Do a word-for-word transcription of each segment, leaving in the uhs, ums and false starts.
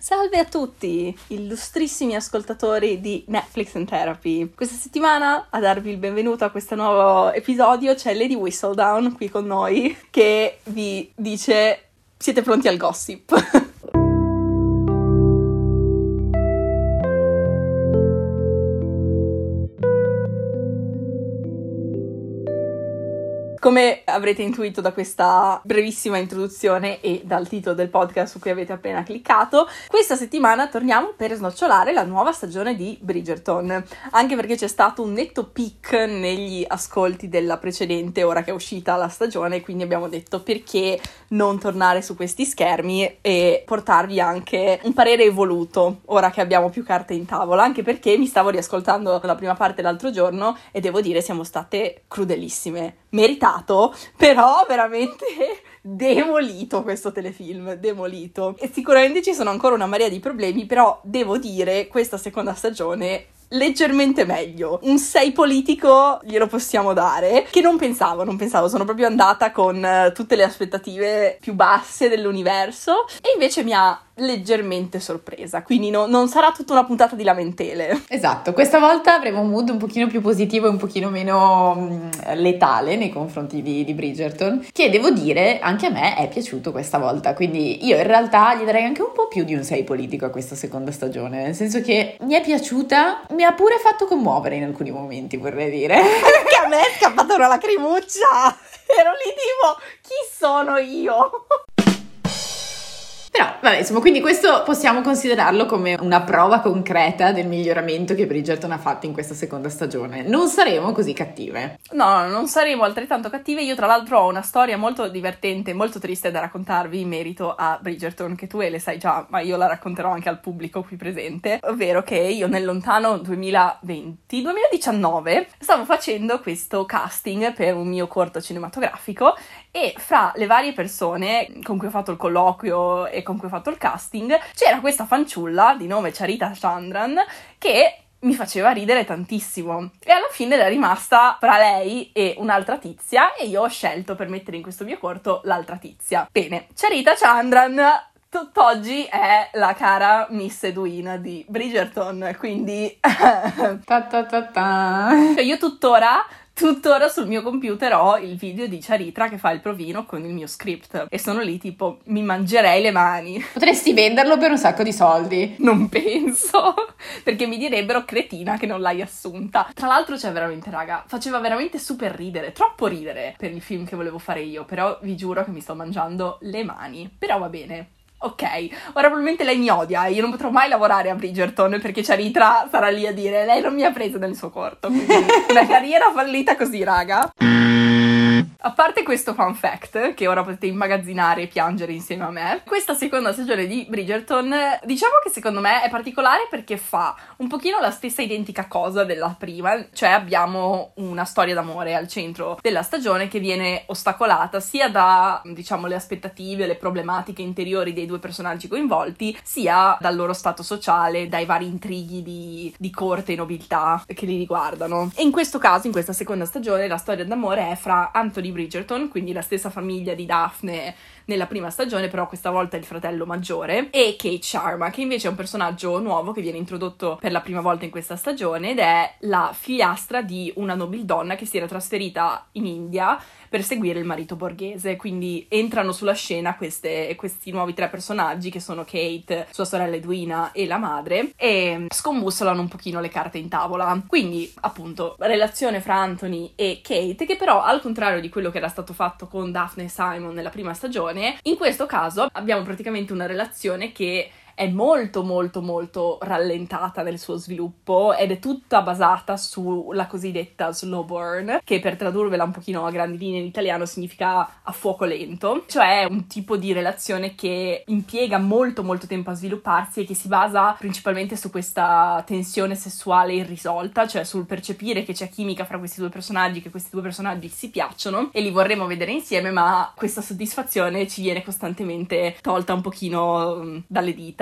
Salve a tutti, illustrissimi ascoltatori di Netflix and Therapy. Questa settimana a darvi il benvenuto a questo nuovo episodio c'è Lady Whistledown qui con noi che vi dice: siete pronti al gossip? Come avrete intuito da questa brevissima introduzione e dal titolo del podcast su cui avete appena cliccato, questa settimana torniamo per snocciolare la nuova stagione di Bridgerton, anche perché c'è stato un netto peak negli ascolti della precedente ora che è uscita la stagione, quindi abbiamo detto perché non tornare su questi schermi e portarvi anche un parere evoluto ora che abbiamo più carte in tavola, anche perché mi stavo riascoltando la prima parte l'altro giorno e devo dire siamo state crudelissime, meritato, però veramente demolito questo telefilm, demolito. E sicuramente ci sono ancora una marea di problemi, però devo dire questa seconda stagione leggermente meglio. Un sei politico glielo possiamo dare, che non pensavo, non pensavo, sono proprio andata con uh, tutte le aspettative più basse dell'universo e invece mi ha leggermente sorpresa, quindi no, non sarà tutta una puntata di lamentele. Esatto, questa volta avremo un mood un pochino più positivo e un pochino meno mh, letale nei confronti di, di Bridgerton, che devo dire anche a me è piaciuto questa volta, quindi io in realtà gli darei anche un po' più di un sei politico a questa seconda stagione, nel senso che mi è piaciuta, mi ha pure fatto commuovere in alcuni momenti, vorrei dire. Anche a me è scappata una lacrimuccia, ero lì tipo, chi sono io? Però, vabbè, insomma, quindi questo possiamo considerarlo come una prova concreta del miglioramento che Bridgerton ha fatto in questa seconda stagione. Non saremo così cattive. No, no, non saremo altrettanto cattive. Io tra l'altro ho una storia molto divertente, molto triste da raccontarvi in merito a Bridgerton, che tu e le sai già, ma io la racconterò anche al pubblico qui presente. Ovvero che io nel lontano duemilaventi duemiladiciannove stavo facendo questo casting per un mio corto cinematografico e fra le varie persone con cui ho fatto il colloquio e con cui ho fatto il casting c'era questa fanciulla di nome Charita Chandran che mi faceva ridere tantissimo e alla fine era rimasta fra lei e un'altra tizia e io ho scelto per mettere in questo mio corto l'altra tizia. Bene, Charita Chandran tutt'oggi è la cara Miss Edwina di Bridgerton, quindi ta ta ta ta. Cioè io tuttora Tuttora sul mio computer ho il video di Charitra che fa il provino con il mio script e sono lì tipo mi mangerei le mani. Potresti venderlo per un sacco di soldi. Non penso, perché mi direbbero cretina che non l'hai assunta. Tra l'altro cioè veramente raga, faceva veramente super ridere, troppo ridere per il film che volevo fare io, però vi giuro che mi sto mangiando le mani, però va bene. Ok, ora probabilmente lei mi odia e io non potrò mai lavorare a Bridgerton perché Charitra sarà lì a dire lei non mi ha preso nel suo corto, quindi una carriera fallita così, raga. A parte questo fun fact, che ora potete immagazzinare e piangere insieme a me, questa seconda stagione di Bridgerton, diciamo che secondo me è particolare perché fa un pochino la stessa identica cosa della prima, cioè abbiamo una storia d'amore al centro della stagione che viene ostacolata sia da, diciamo, le aspettative, le problematiche interiori dei due personaggi coinvolti, sia dal loro stato sociale, dai vari intrighi di, di corte e nobiltà che li riguardano. E in questo caso, in questa seconda stagione, la storia d'amore è fra Anthony Bridgerton, quindi la stessa famiglia di Daphne nella prima stagione, però questa volta il fratello maggiore, e Kate Sharma, che invece è un personaggio nuovo che viene introdotto per la prima volta in questa stagione ed è la figliastra di una nobildonna che si era trasferita in India per seguire il marito borghese, quindi entrano sulla scena queste, questi nuovi tre personaggi che sono Kate, sua sorella Edwina e la madre, e scombussolano un pochino le carte in tavola. Quindi appunto relazione fra Anthony e Kate, che però al contrario di quello che era stato fatto con Daphne e Simon nella prima stagione, in questo caso abbiamo praticamente una relazione che è molto molto molto rallentata nel suo sviluppo ed è tutta basata sulla cosiddetta slow burn, che per tradurvela un pochino a grandi linee in italiano significa a fuoco lento, cioè un tipo di relazione che impiega molto molto tempo a svilupparsi e che si basa principalmente su questa tensione sessuale irrisolta, cioè sul percepire che c'è chimica fra questi due personaggi, che questi due personaggi si piacciono e li vorremmo vedere insieme, ma questa soddisfazione ci viene costantemente tolta un pochino dalle dita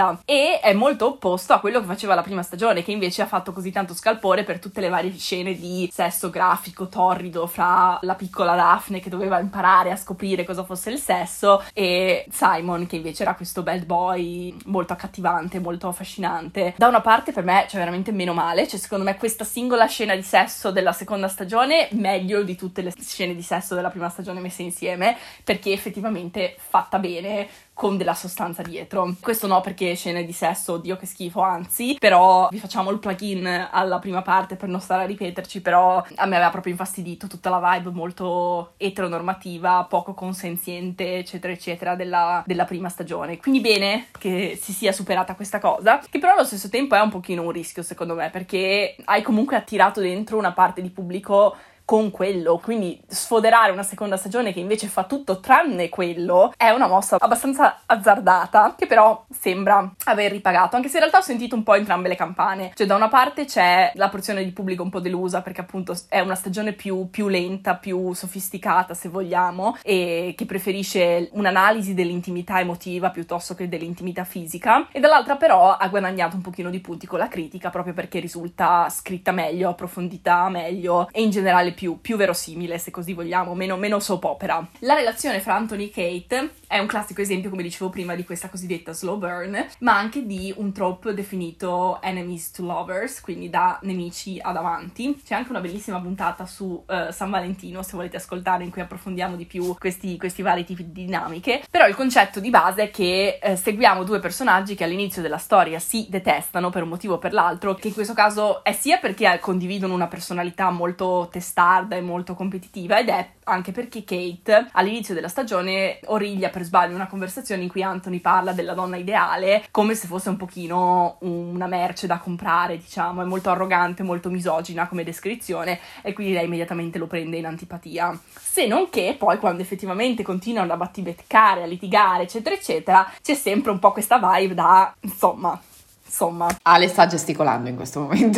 vita, e è molto opposto a quello che faceva la prima stagione, che invece ha fatto così tanto scalpore per tutte le varie scene di sesso grafico torrido fra la piccola Daphne che doveva imparare a scoprire cosa fosse il sesso e Simon che invece era questo bad boy molto accattivante, molto affascinante. Da una parte per me c'è veramente meno male, cioè secondo me questa singola scena di sesso della seconda stagione meglio di tutte le scene di sesso della prima stagione messe insieme, perché effettivamente fatta bene, con della sostanza dietro. Questo no perché scene di sesso, oddio che schifo, anzi, però vi facciamo il plugin alla prima parte per non stare a ripeterci, però a me aveva proprio infastidito tutta la vibe molto eteronormativa, poco consenziente, eccetera eccetera della, della prima stagione. Quindi bene che si sia superata questa cosa, che però allo stesso tempo è un pochino un rischio secondo me, perché hai comunque attirato dentro una parte di pubblico con quello, quindi sfoderare una seconda stagione che invece fa tutto tranne quello è una mossa abbastanza azzardata, che però sembra aver ripagato, anche se in realtà ho sentito un po' entrambe le campane. Cioè da una parte c'è la porzione di pubblico un po' delusa perché appunto è una stagione più, più lenta, più sofisticata se vogliamo, e che preferisce un'analisi dell'intimità emotiva piuttosto che dell'intimità fisica, e dall'altra però ha guadagnato un pochino di punti con la critica proprio perché risulta scritta meglio, approfondita meglio e in generale più, più verosimile, se così vogliamo, meno, meno soap opera. La relazione fra Anthony e Kate è un classico esempio, come dicevo prima, di questa cosiddetta slow burn, ma anche di un trope definito enemies to lovers, quindi da nemici ad amanti. C'è anche una bellissima puntata su uh, San Valentino, se volete ascoltare, in cui approfondiamo di più questi, questi vari tipi di dinamiche. Però il concetto di base è che eh, seguiamo due personaggi che all'inizio della storia si detestano per un motivo o per l'altro, che in questo caso è sia perché condividono una personalità molto testarda e molto competitiva, ed è anche perché Kate all'inizio della stagione origlia per sbaglio una conversazione in cui Anthony parla della donna ideale come se fosse un pochino una merce da comprare, diciamo. È molto arrogante, molto misogina come descrizione, e quindi lei immediatamente lo prende in antipatia. Se non che poi quando effettivamente continuano a battibeccare, a litigare, eccetera eccetera, c'è sempre un po' questa vibe da insomma Insomma, Ale sta gesticolando in questo momento.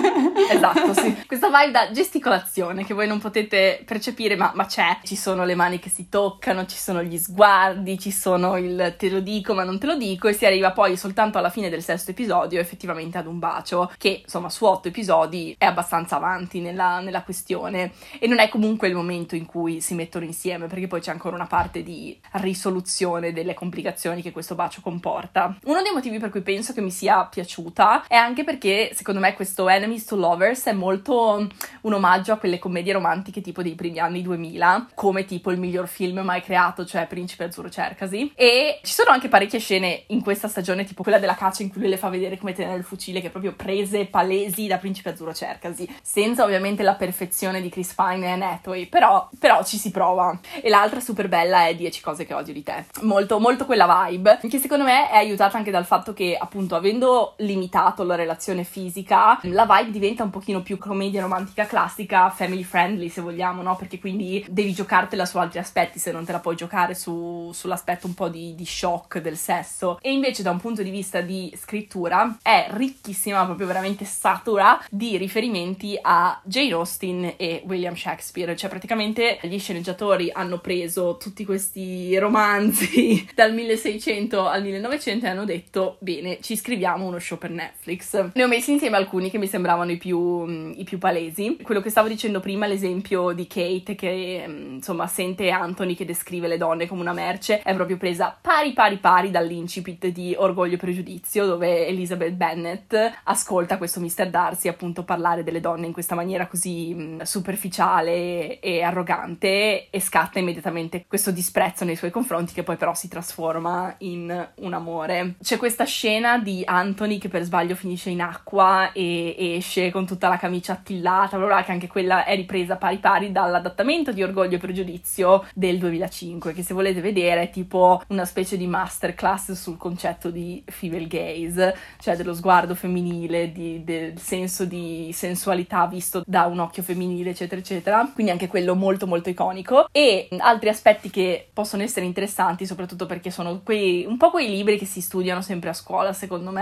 Esatto, sì. Questa vibe da gesticolazione che voi non potete percepire, ma, ma c'è. Ci sono le mani che si toccano, ci sono gli sguardi, ci sono il te lo dico ma non te lo dico, e si arriva poi soltanto alla fine del sesto episodio effettivamente ad un bacio che, insomma, su otto episodi è abbastanza avanti nella, nella questione, e non è comunque il momento in cui si mettono insieme, perché poi c'è ancora una parte di risoluzione delle complicazioni che questo bacio comporta. Uno dei motivi per cui penso che mi sia piaciuta è anche perché secondo me questo Enemies to Lovers è molto un omaggio a quelle commedie romantiche tipo dei primi anni duemila, come tipo il miglior film mai creato, cioè Principe Azzurro Cercasi, e ci sono anche parecchie scene in questa stagione, tipo quella della caccia in cui lui le fa vedere come tenere il fucile, che è proprio prese palesi da Principe Azzurro Cercasi, senza ovviamente la perfezione di Chris Pine e Anne Hathaway, però, però ci si prova. E l'altra super bella è dieci cose che odio di te, molto molto quella vibe, che secondo me è aiutata anche dal fatto che appunto avendo limitato la relazione fisica, la vibe diventa un pochino più commedia romantica classica, family friendly se vogliamo, no? Perché quindi devi giocartela su altri aspetti, se non te la puoi giocare su, sull'aspetto un po' di, di shock del sesso. E invece da un punto di vista di scrittura è ricchissima, proprio veramente satura di riferimenti a Jane Austen e William Shakespeare, cioè praticamente gli sceneggiatori hanno preso tutti questi romanzi dal milleseicento al millenovecento e hanno detto bene, ci scriviamo uno show per Netflix. Ne ho messi insieme alcuni che mi sembravano i più, i più palesi. Quello che stavo dicendo prima, l'esempio di Kate che insomma sente Anthony che descrive le donne come una merce, è proprio presa pari pari pari dall'incipit di Orgoglio e Pregiudizio, dove Elizabeth Bennet ascolta questo mister Darcy appunto parlare delle donne in questa maniera così superficiale e arrogante, e scatta immediatamente questo disprezzo nei suoi confronti, che poi però si trasforma in un amore. C'è questa scena di Anthony che per sbaglio finisce in acqua e esce con tutta la camicia attillata, allora che anche quella è ripresa pari pari dall'adattamento di Orgoglio e Pregiudizio del duemilacinque, che se volete vedere è tipo una specie di masterclass sul concetto di female gaze, cioè dello sguardo femminile, di, del senso di sensualità visto da un occhio femminile, eccetera eccetera, quindi anche quello molto molto iconico. E altri aspetti che possono essere interessanti, soprattutto perché sono quei un po' quei libri che si studiano sempre a scuola secondo me,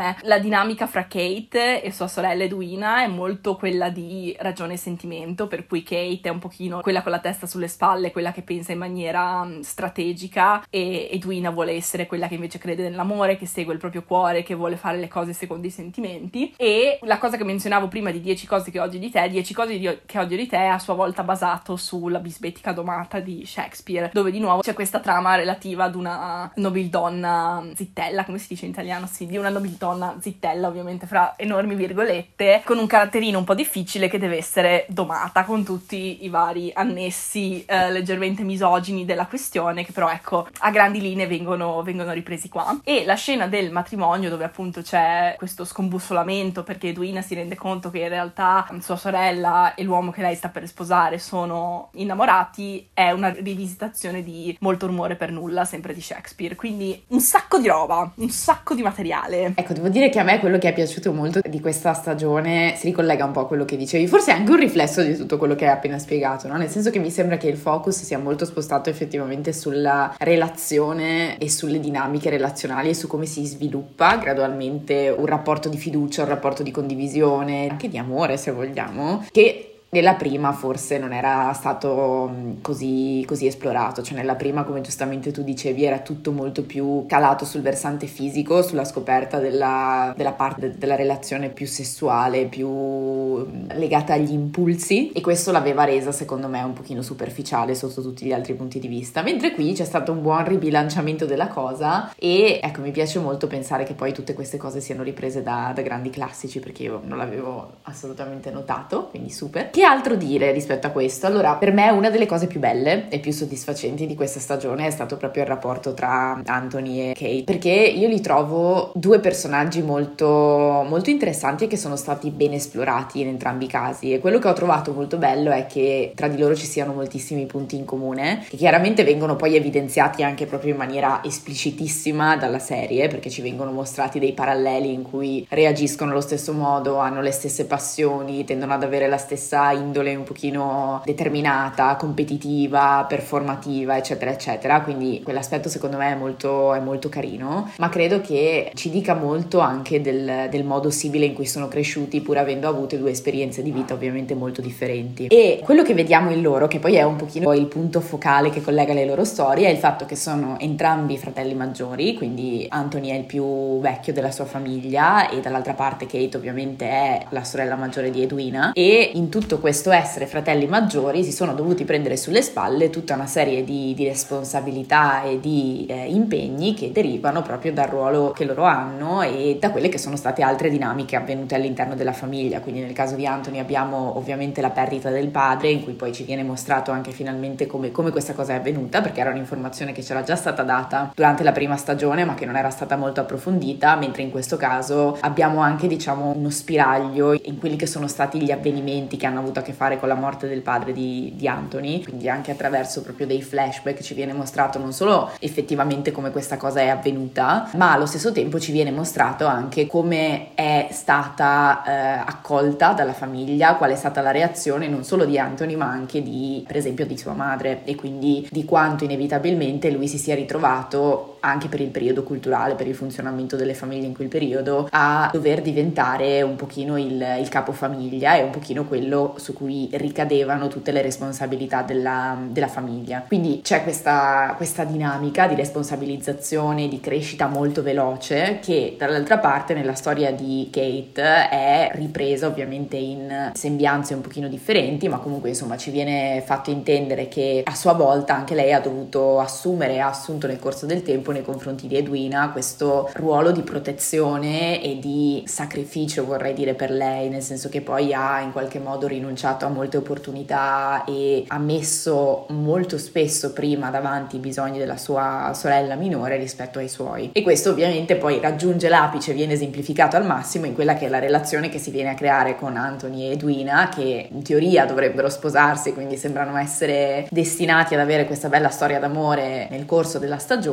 me la dinamica fra Kate e sua sorella Edwina è molto quella di ragione e sentimento, per cui Kate è un pochino quella con la testa sulle spalle, quella che pensa in maniera strategica, e Edwina vuole essere quella che invece crede nell'amore, che segue il proprio cuore, che vuole fare le cose secondo i sentimenti. E la cosa che menzionavo prima di dieci cose che odio di te, dieci cose di, che odio di te è a sua volta basato sulla bisbetica domata di Shakespeare, dove di nuovo c'è questa trama relativa ad una nobildonna zittella, come si dice in italiano? Sì, di una nobildonna zittella, ovviamente fra enormi virgolette, con un caratterino un po' difficile che deve essere domata, con tutti i vari annessi eh, leggermente misogini della questione, che però ecco a grandi linee vengono, vengono ripresi qua. E la scena del matrimonio, dove appunto c'è questo scombussolamento perché Edwina si rende conto che in realtà sua sorella e l'uomo che lei sta per sposare sono innamorati, è una rivisitazione di Molto rumore per nulla, sempre di Shakespeare. Quindi un sacco di roba, un sacco di materiale. Ecco, devo dire che a me quello che è piaciuto molto di questa stagione si ricollega un po' a quello che dicevi, forse è anche un riflesso di tutto quello che hai appena spiegato, no? Nel senso che mi sembra che il focus sia molto spostato effettivamente sulla relazione e sulle dinamiche relazionali e su come si sviluppa gradualmente un rapporto di fiducia, un rapporto di condivisione, anche di amore se vogliamo, che nella prima forse non era stato così, così esplorato. Cioè nella prima, come giustamente tu dicevi, era tutto molto più calato sul versante fisico, sulla scoperta della, della parte della relazione più sessuale, più legata agli impulsi, e questo l'aveva resa secondo me un pochino superficiale sotto tutti gli altri punti di vista, mentre qui c'è stato un buon ribilanciamento della cosa. E ecco, mi piace molto pensare che poi tutte queste cose siano riprese da, da grandi classici, perché io non l'avevo assolutamente notato, quindi super. Che altro dire rispetto a questo? Allora, per me una delle cose più belle e più soddisfacenti di questa stagione è stato proprio il rapporto tra Anthony e Kate, perché io li trovo due personaggi molto, molto interessanti e che sono stati ben esplorati in entrambi i casi. E quello che ho trovato molto bello è che tra di loro ci siano moltissimi punti in comune, che chiaramente vengono poi evidenziati anche proprio in maniera esplicitissima dalla serie, perché ci vengono mostrati dei paralleli in cui reagiscono allo stesso modo, hanno le stesse passioni, tendono ad avere la stessa indole un pochino determinata, competitiva, performativa, eccetera eccetera. Quindi quell'aspetto secondo me è molto, è molto carino, ma credo che ci dica molto anche del, del modo simile in cui sono cresciuti, pur avendo avuto due esperienze di vita ovviamente molto differenti. E quello che vediamo in loro, che poi è un pochino il punto focale che collega le loro storie, è il fatto che sono entrambi fratelli maggiori, quindi Anthony è il più vecchio della sua famiglia e dall'altra parte Kate ovviamente è la sorella maggiore di Edwina, e in tutto questo essere fratelli maggiori si sono dovuti prendere sulle spalle tutta una serie di, di responsabilità e di eh, impegni che derivano proprio dal ruolo che loro hanno e da quelle che sono state altre dinamiche avvenute all'interno della famiglia. Quindi nel caso di Anthony abbiamo ovviamente la perdita del padre, in cui poi ci viene mostrato anche finalmente come, come questa cosa è avvenuta, perché era un'informazione che c'era già stata data durante la prima stagione ma che non era stata molto approfondita, mentre in questo caso abbiamo anche diciamo uno spiraglio in quelli che sono stati gli avvenimenti che hanno avuto a che fare con la morte del padre di, di Anthony, quindi anche attraverso proprio dei flashback ci viene mostrato non solo effettivamente come questa cosa è avvenuta, ma allo stesso tempo ci viene mostrato anche come è stata eh, accolta dalla famiglia, qual è stata la reazione non solo di Anthony ma anche di, per esempio, di sua madre, e quindi di quanto inevitabilmente lui si sia ritrovato anche per il periodo culturale, per il funzionamento delle famiglie in quel periodo, a dover diventare un pochino il, il capofamiglia e un pochino quello su cui ricadevano tutte le responsabilità della, della famiglia. Quindi c'è questa, questa dinamica di responsabilizzazione, di crescita molto veloce, che dall'altra parte nella storia di Kate è ripresa ovviamente in sembianze un pochino differenti, ma comunque insomma ci viene fatto intendere che a sua volta anche lei ha dovuto assumere, ha assunto nel corso del tempo nei confronti di Edwina questo ruolo di protezione e di sacrificio, vorrei dire, per lei, nel senso che poi ha in qualche modo rinunciato a molte opportunità e ha messo molto spesso prima davanti i bisogni della sua sorella minore rispetto ai suoi. E questo ovviamente poi raggiunge l'apice, viene esemplificato al massimo in quella che è la relazione che si viene a creare con Anthony e Edwina, che in teoria dovrebbero sposarsi, quindi sembrano essere destinati ad avere questa bella storia d'amore nel corso della stagione, ma che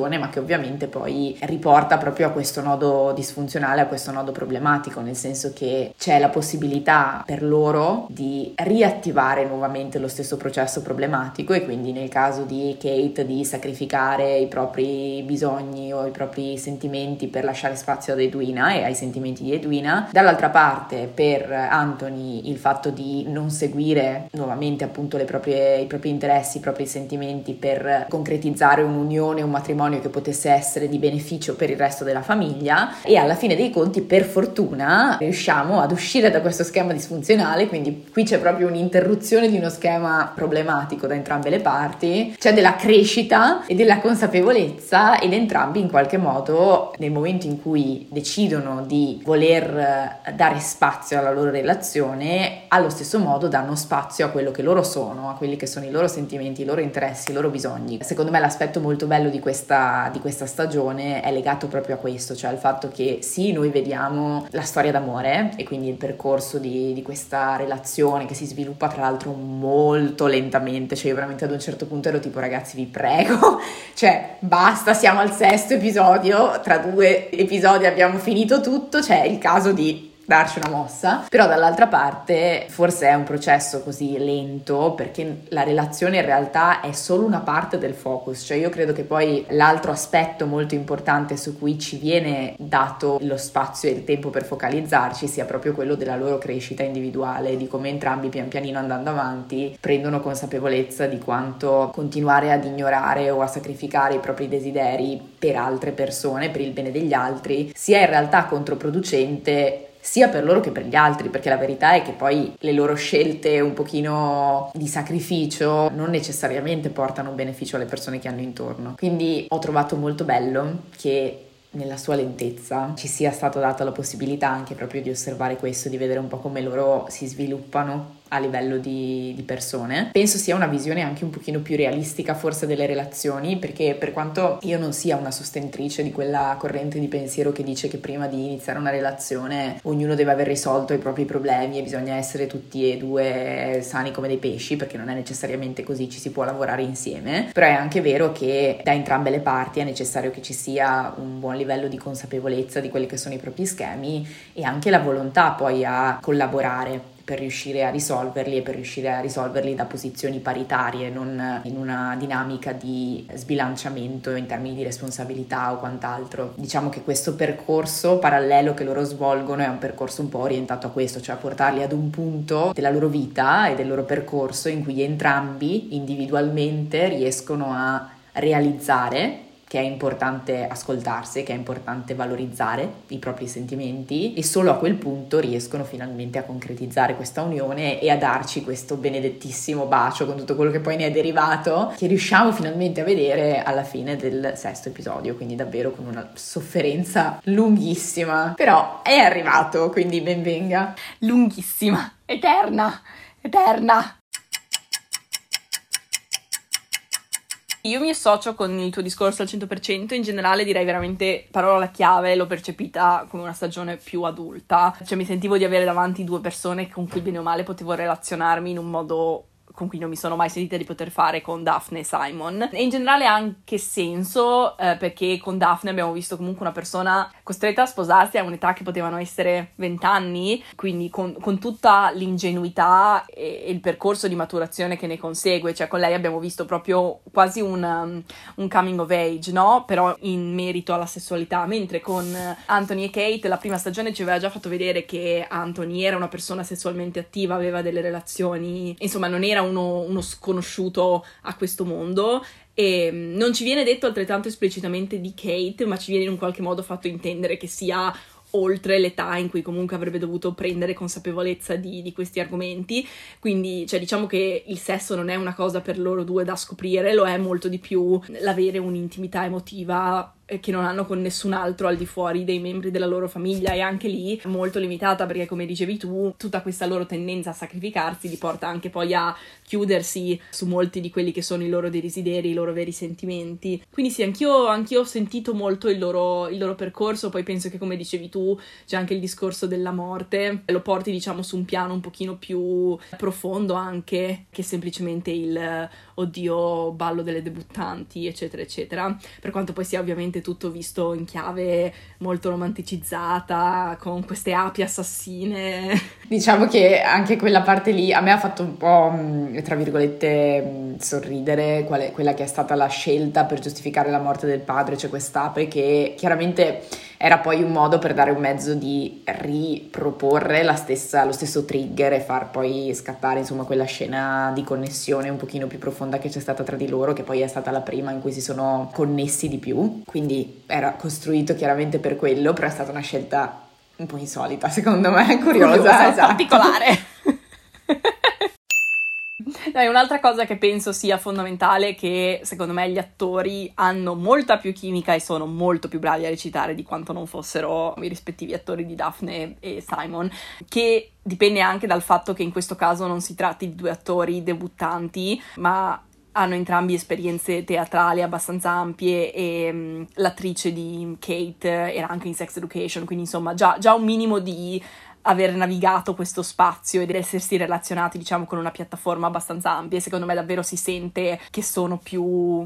ovviamente poi riporta proprio a questo nodo disfunzionale, a questo nodo problematico, nel senso che c'è la possibilità per loro di riattivare nuovamente lo stesso processo problematico, e quindi nel caso di Kate di sacrificare i propri bisogni o i propri sentimenti per lasciare spazio ad Edwina e ai sentimenti di Edwina. Dall'altra parte per Anthony il fatto di non seguire nuovamente appunto le proprie, i propri interessi, i propri sentimenti per concretizzare un'unione, un matrimonio che potesse essere di beneficio per il resto della famiglia. E alla fine dei conti, per fortuna, riusciamo ad uscire da questo schema disfunzionale, quindi qui c'è proprio un'interruzione di uno schema problematico da entrambe le parti, c'è della crescita e della consapevolezza, ed entrambi in qualche modo nel momento in cui decidono di voler dare spazio alla loro relazione, allo stesso modo danno spazio a quello che loro sono, a quelli che sono i loro sentimenti, i loro interessi, i loro bisogni. Secondo me l'aspetto molto bello di questa, di questa stagione è legato proprio a questo, cioè al fatto che sì, noi vediamo la storia d'amore e quindi il percorso di, di questa relazione che si sviluppa tra l'altro molto lentamente, cioè io veramente ad un certo punto ero tipo ragazzi vi prego, cioè basta, siamo al sesto episodio, tra due episodi abbiamo finito tutto, c'è il caso di darci una mossa. Però dall'altra parte forse è un processo così lento perché la relazione in realtà è solo una parte del focus, cioè io credo che poi l'altro aspetto molto importante su cui ci viene dato lo spazio e il tempo per focalizzarci sia proprio quello della loro crescita individuale, di come entrambi pian pianino andando avanti prendono consapevolezza di quanto continuare ad ignorare o a sacrificare i propri desideri per altre persone, per il bene degli altri, sia in realtà controproducente sia per loro che per gli altri, perché la verità è che poi le loro scelte un pochino di sacrificio non necessariamente portano un beneficio alle persone che hanno intorno. Quindi ho trovato molto bello che nella sua lentezza ci sia stata data la possibilità anche proprio di osservare questo, di vedere un po' come loro si sviluppano a livello di, di persone. Penso sia una visione anche un pochino più realistica forse delle relazioni, perché per quanto io non sia una sostenitrice di quella corrente di pensiero che dice che prima di iniziare una relazione ognuno deve aver risolto i propri problemi e bisogna essere tutti e due sani come dei pesci, perché non è necessariamente così, ci si può lavorare insieme, però è anche vero che da entrambe le parti è necessario che ci sia un buon livello di consapevolezza di quelli che sono i propri schemi e anche la volontà poi a collaborare per riuscire a risolverli e per riuscire a risolverli da posizioni paritarie, non in una dinamica di sbilanciamento in termini di responsabilità o quant'altro. Diciamo che questo percorso parallelo che loro svolgono è un percorso un po' orientato a questo, cioè a portarli ad un punto della loro vita e del loro percorso in cui entrambi individualmente riescono a realizzare che è importante ascoltarsi, che è importante valorizzare i propri sentimenti, e solo a quel punto riescono finalmente a concretizzare questa unione e a darci questo benedettissimo bacio con tutto quello che poi ne è derivato, che riusciamo finalmente a vedere alla fine del sesto episodio, quindi davvero con una sofferenza lunghissima, però è arrivato, quindi ben venga. Lunghissima, eterna, eterna. Io mi associo con il tuo discorso al cento per cento, in generale direi veramente parola chiave, l'ho percepita come una stagione più adulta, cioè mi sentivo di avere davanti due persone con cui bene o male potevo relazionarmi in un modo con cui non mi sono mai sentita di poter fare con Daphne e Simon, e in generale ha anche senso eh, perché con Daphne abbiamo visto comunque una persona costretta a sposarsi a un'età che potevano essere vent'anni, quindi con, con tutta l'ingenuità e, e il percorso di maturazione che ne consegue, cioè con lei abbiamo visto proprio quasi un, um, un coming of age, no? Però in merito alla sessualità, mentre con Anthony e Kate la prima stagione ci aveva già fatto vedere che Anthony era una persona sessualmente attiva, aveva delle relazioni, insomma non era Uno, uno sconosciuto a questo mondo, e non ci viene detto altrettanto esplicitamente di Kate, ma ci viene in un qualche modo fatto intendere che sia oltre l'età in cui comunque avrebbe dovuto prendere consapevolezza di, di questi argomenti, quindi cioè diciamo che il sesso non è una cosa per loro due da scoprire, lo è molto di più l'avere un'intimità emotiva che non hanno con nessun altro al di fuori dei membri della loro famiglia, e anche lì molto limitata perché, come dicevi tu, tutta questa loro tendenza a sacrificarsi li porta anche poi a chiudersi su molti di quelli che sono i loro desideri, i loro veri sentimenti. Quindi sì, anch'io, anch'io ho sentito molto il loro, il loro percorso. Poi penso che, come dicevi tu, c'è anche il discorso della morte, lo porti diciamo su un piano un pochino più profondo anche che semplicemente il oddio ballo delle debuttanti eccetera eccetera, per quanto poi sia ovviamente ovviamente tutto visto in chiave molto romanticizzata, con queste api assassine. Diciamo che anche quella parte lì a me ha fatto un po', tra virgolette, sorridere, qual è, quella che è stata la scelta per giustificare la morte del padre, cioè quest'ape che chiaramente era poi un modo per dare un mezzo di riproporre la stessa, lo stesso trigger e far poi scattare insomma quella scena di connessione un pochino più profonda che c'è stata tra di loro, che poi è stata la prima in cui si sono connessi di più, quindi era costruito chiaramente per quello, però è stata una scelta un po' insolita secondo me, curiosa, curiosa esatto. Particolare. Dai, un'altra cosa che penso sia fondamentale è che secondo me gli attori hanno molta più chimica e sono molto più bravi a recitare di quanto non fossero i rispettivi attori di Daphne e Simon, che dipende anche dal fatto che in questo caso non si tratti di due attori debuttanti, ma hanno entrambi esperienze teatrali abbastanza ampie e um, l'attrice di Kate era anche in Sex Education, quindi insomma già, già un minimo di aver navigato questo spazio ed essersi relazionati, diciamo, con una piattaforma abbastanza ampia, e secondo me davvero si sente che sono più,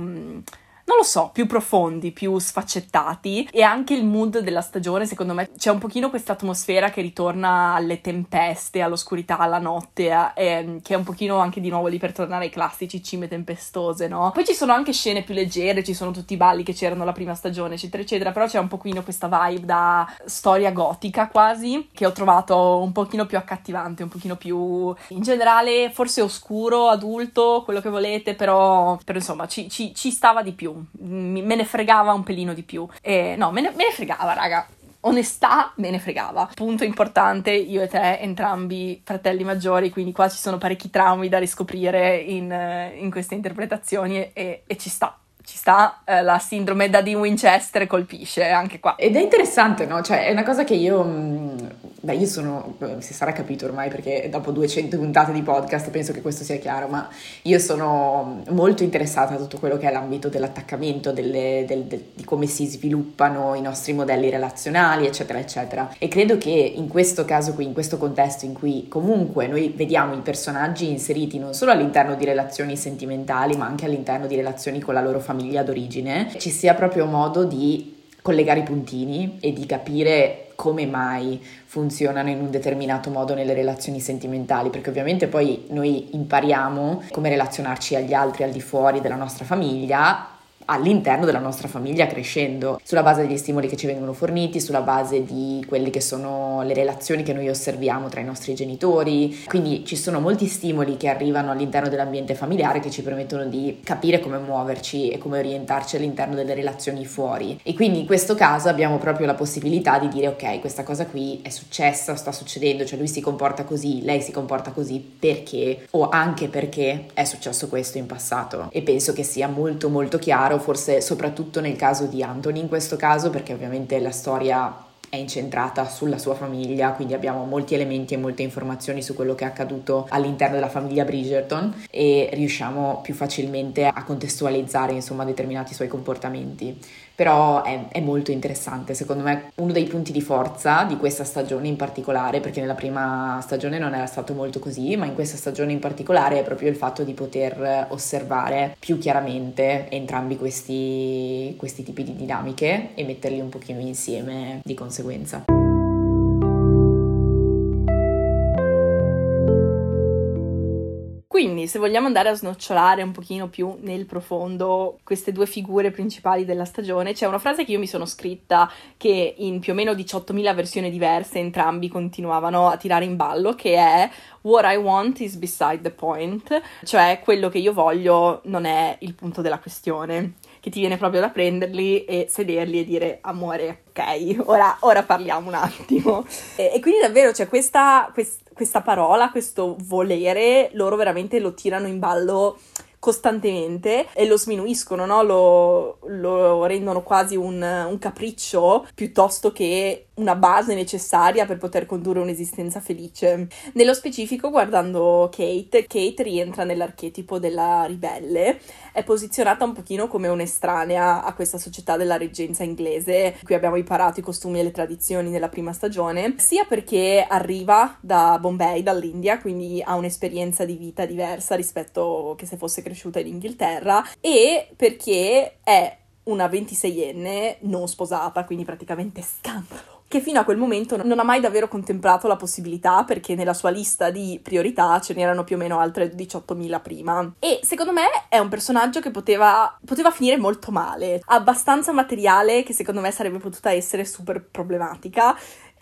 non lo so, più profondi, più sfaccettati, e anche il mood della stagione, secondo me, c'è un pochino questa atmosfera che ritorna alle tempeste, all'oscurità, alla notte, a, eh, che è un pochino anche di nuovo lì per tornare ai classici cime tempestose, no? Poi ci sono anche scene più leggere, ci sono tutti i balli che c'erano la prima stagione, eccetera, eccetera, però c'è un pochino questa vibe da storia gotica quasi, che ho trovato un pochino più accattivante, un pochino più, in generale, forse oscuro, adulto, quello che volete, però, però insomma, ci, ci, ci stava di più. Me ne fregava un pelino di più. Eh, no, me ne, me ne fregava, raga. Onestà, me ne fregava. Punto importante, io e te, entrambi fratelli maggiori, quindi qua ci sono parecchi traumi da riscoprire in, in queste interpretazioni e, e ci sta. Ci sta, eh, la sindrome da Dean Winchester colpisce anche qua. Ed è interessante, no? Cioè, è una cosa che io... Beh, io sono... si sarà capito ormai, perché dopo duecento puntate di podcast penso che questo sia chiaro, ma io sono molto interessata a tutto quello che è l'ambito dell'attaccamento, delle, del, del, di come si sviluppano i nostri modelli relazionali, eccetera, eccetera. E credo che in questo caso qui, in questo contesto in cui comunque noi vediamo i personaggi inseriti non solo all'interno di relazioni sentimentali, ma anche all'interno di relazioni con la loro famiglia, famiglia d'origine, ci sia proprio modo di collegare i puntini e di capire come mai funzionano in un determinato modo nelle relazioni sentimentali, perché ovviamente poi noi impariamo come relazionarci agli altri al di fuori della nostra famiglia, all'interno della nostra famiglia crescendo, sulla base degli stimoli che ci vengono forniti, sulla base di quelle che sono le relazioni che noi osserviamo tra i nostri genitori. Quindi ci sono molti stimoli che arrivano all'interno dell'ambiente familiare che ci permettono di capire come muoverci e come orientarci all'interno delle relazioni fuori. E quindi in questo caso abbiamo proprio la possibilità di dire ok, questa cosa qui è successa, sta succedendo, cioè lui si comporta così, lei si comporta così perché, o anche perché è successo questo in passato. E penso che sia molto molto chiaro, forse soprattutto nel caso di Anthony in questo caso, perché ovviamente la storia è incentrata sulla sua famiglia, quindi abbiamo molti elementi e molte informazioni su quello che è accaduto all'interno della famiglia Bridgerton e riusciamo più facilmente a contestualizzare insomma determinati suoi comportamenti. Però è, è molto interessante, secondo me uno dei punti di forza di questa stagione in particolare, perché nella prima stagione non era stato molto così, ma in questa stagione in particolare è proprio il fatto di poter osservare più chiaramente entrambi questi, questi tipi di dinamiche e metterli un pochino insieme di conseguenza. Quindi, se vogliamo andare a snocciolare un pochino più nel profondo queste due figure principali della stagione, c'è una frase che io mi sono scritta che in più o meno diciottomila versioni diverse entrambi continuavano a tirare in ballo, che è "What I want is beside the point", cioè quello che io voglio non è il punto della questione, che ti viene proprio da prenderli e sederli e dire amore, ok, ora, ora parliamo un attimo. E, e quindi davvero c'è questa, quest, questa parola, questo volere, loro veramente lo tirano in ballo costantemente e lo sminuiscono, no? Lo, lo rendono quasi un, un capriccio piuttosto che una base necessaria per poter condurre un'esistenza felice. Nello specifico, guardando Kate, Kate rientra nell'archetipo della ribelle, è posizionata un pochino come un'estranea a questa società della reggenza inglese, in cui abbiamo imparato i costumi e le tradizioni nella prima stagione, sia perché arriva da Bombay, dall'India, quindi ha un'esperienza di vita diversa rispetto che se fosse cresciuta in Inghilterra, e perché è una ventiseienne non sposata, quindi praticamente scandalo, che fino a quel momento non ha mai davvero contemplato la possibilità, perché nella sua lista di priorità ce n'erano più o meno altre diciottomila prima. E secondo me è un personaggio che poteva, poteva finire molto male, abbastanza materiale che secondo me sarebbe potuta essere super problematica,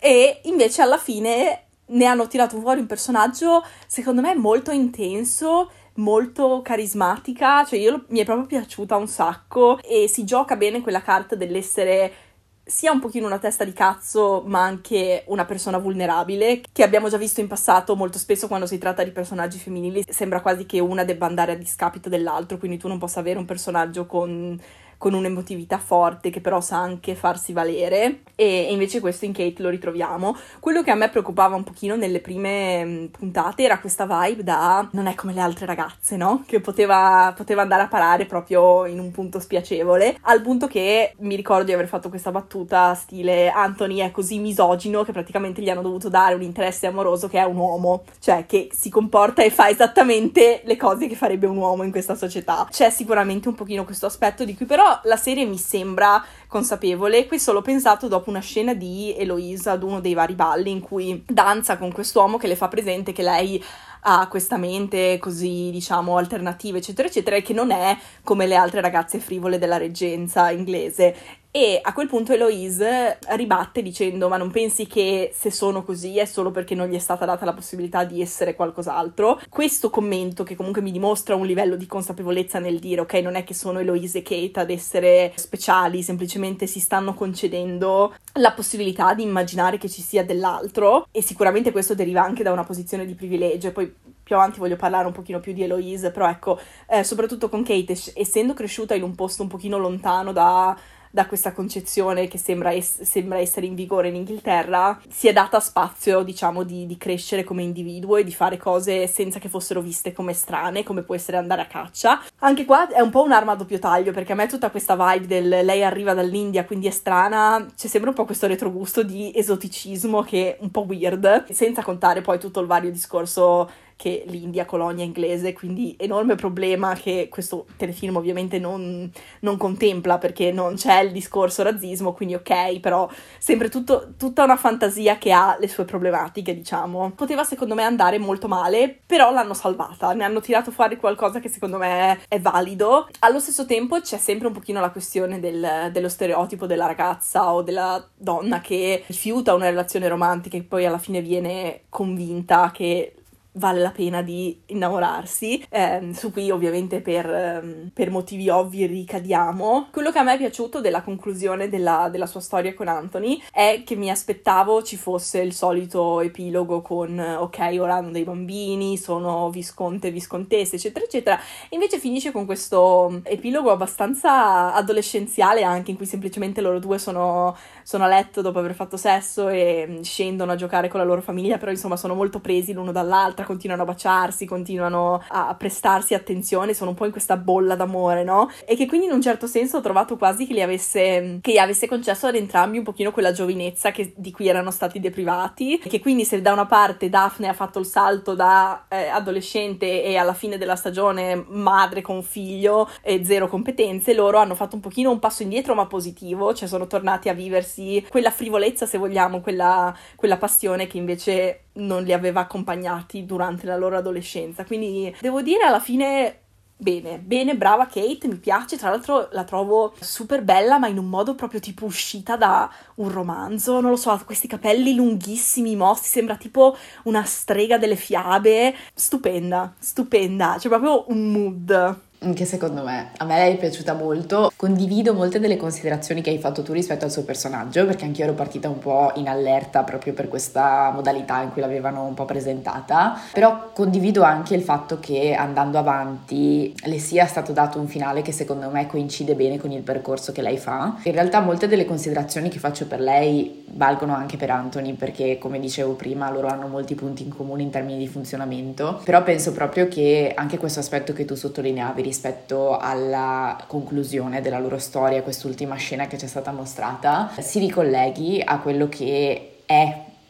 e invece alla fine ne hanno tirato fuori un personaggio secondo me molto intenso, molto carismatica, cioè io mi è proprio piaciuta un sacco, e si gioca bene quella carta dell'essere sia un pochino una testa di cazzo, ma anche una persona vulnerabile, che abbiamo già visto in passato molto spesso quando si tratta di personaggi femminili. Sembra quasi che una debba andare a discapito dell'altro, quindi tu non possa avere un personaggio con... con un'emotività forte che però sa anche farsi valere, e invece questo in Kate lo ritroviamo. Quello che a me preoccupava un pochino nelle prime puntate era questa vibe da non è come le altre ragazze, no? Che poteva, poteva andare a parare proprio in un punto spiacevole, al punto che mi ricordo di aver fatto questa battuta stile Anthony è così misogino che praticamente gli hanno dovuto dare un interesse amoroso che è un uomo, cioè che si comporta e fa esattamente le cose che farebbe un uomo in questa società. C'è sicuramente un pochino questo aspetto di cui però la serie mi sembra consapevole. Questo l'ho pensato dopo una scena di Eloise ad uno dei vari balli in cui danza con quest'uomo che le fa presente che lei ha questa mente così, diciamo, alternativa, eccetera, eccetera, e che non è come le altre ragazze frivole della reggenza inglese. E a quel punto Eloise ribatte dicendo ma non pensi che se sono così è solo perché non gli è stata data la possibilità di essere qualcos'altro? Questo commento, che comunque mi dimostra un livello di consapevolezza nel dire ok, non è che sono Eloise e Kate ad essere speciali, semplicemente si stanno concedendo la possibilità di immaginare che ci sia dell'altro, e sicuramente questo deriva anche da una posizione di privilegio. E poi più avanti voglio parlare un pochino più di Eloise, però ecco, eh, soprattutto con Kate, essendo cresciuta in un posto un pochino lontano da da questa concezione che sembra, es- sembra essere in vigore in Inghilterra, si è data spazio, diciamo, di, di crescere come individuo e di fare cose senza che fossero viste come strane, come può essere andare a caccia. Anche qua è un po' un'arma a doppio taglio, perché a me tutta questa vibe del lei arriva dall'India, quindi è strana, c'è sempre un po' questo retrogusto di esoticismo che è un po' weird, senza contare poi tutto il vario discorso che l'India colonia inglese, quindi enorme problema che questo telefilm ovviamente non, non contempla, perché non c'è il discorso razzismo, quindi ok, però sempre tutto, tutta una fantasia che ha le sue problematiche, diciamo. Poteva secondo me andare molto male, però l'hanno salvata, ne hanno tirato fuori qualcosa che secondo me è valido. Allo stesso tempo c'è sempre un pochino la questione del, dello stereotipo della ragazza o della donna che rifiuta una relazione romantica e poi alla fine viene convinta che vale la pena di innamorarsi, eh, su cui ovviamente per, ehm, per motivi ovvi ricadiamo. Quello che a me è piaciuto della conclusione della, della sua storia con Anthony è che mi aspettavo ci fosse il solito epilogo con ok, ora hanno dei bambini, sono visconte e viscontesse, eccetera eccetera. Invece finisce con questo epilogo abbastanza adolescenziale, anche in cui semplicemente loro due sono, sono a letto dopo aver fatto sesso e scendono a giocare con la loro famiglia, però insomma sono molto presi l'uno dall'altro, continuano a baciarsi, continuano a prestarsi attenzione, sono un po' in questa bolla d'amore, no? E che quindi in un certo senso ho trovato quasi che gli avesse, che gli avesse concesso ad entrambi un pochino quella giovinezza che, di cui erano stati deprivati, e che quindi se da una parte Daphne ha fatto il salto da eh, adolescente e alla fine della stagione madre con figlio e zero competenze, loro hanno fatto un pochino un passo indietro ma positivo, cioè sono tornati a viversi quella frivolezza, se vogliamo, quella, quella passione che invece non li aveva accompagnati durante la loro adolescenza. Quindi devo dire alla fine bene, bene, brava Kate, mi piace, tra l'altro la trovo super bella ma in un modo proprio tipo uscita da un romanzo, non lo so, questi capelli lunghissimi mossi, sembra tipo una strega delle fiabe, stupenda, stupenda, c'è proprio un mood. Che secondo me, a me è piaciuta molto. Condivido molte delle considerazioni che hai fatto tu rispetto al suo personaggio, perché anch'io ero partita un po' in allerta proprio per questa modalità in cui l'avevano un po' presentata, però condivido anche il fatto che andando avanti le sia stato dato un finale che secondo me coincide bene con il percorso che lei fa. In realtà molte delle considerazioni che faccio per lei valgono anche per Anthony, perché come dicevo prima loro hanno molti punti in comune in termini di funzionamento, però penso proprio che anche questo aspetto che tu sottolineavi rispetto alla conclusione della loro storia, quest'ultima scena che ci è stata mostrata, si ricolleghi a quello che è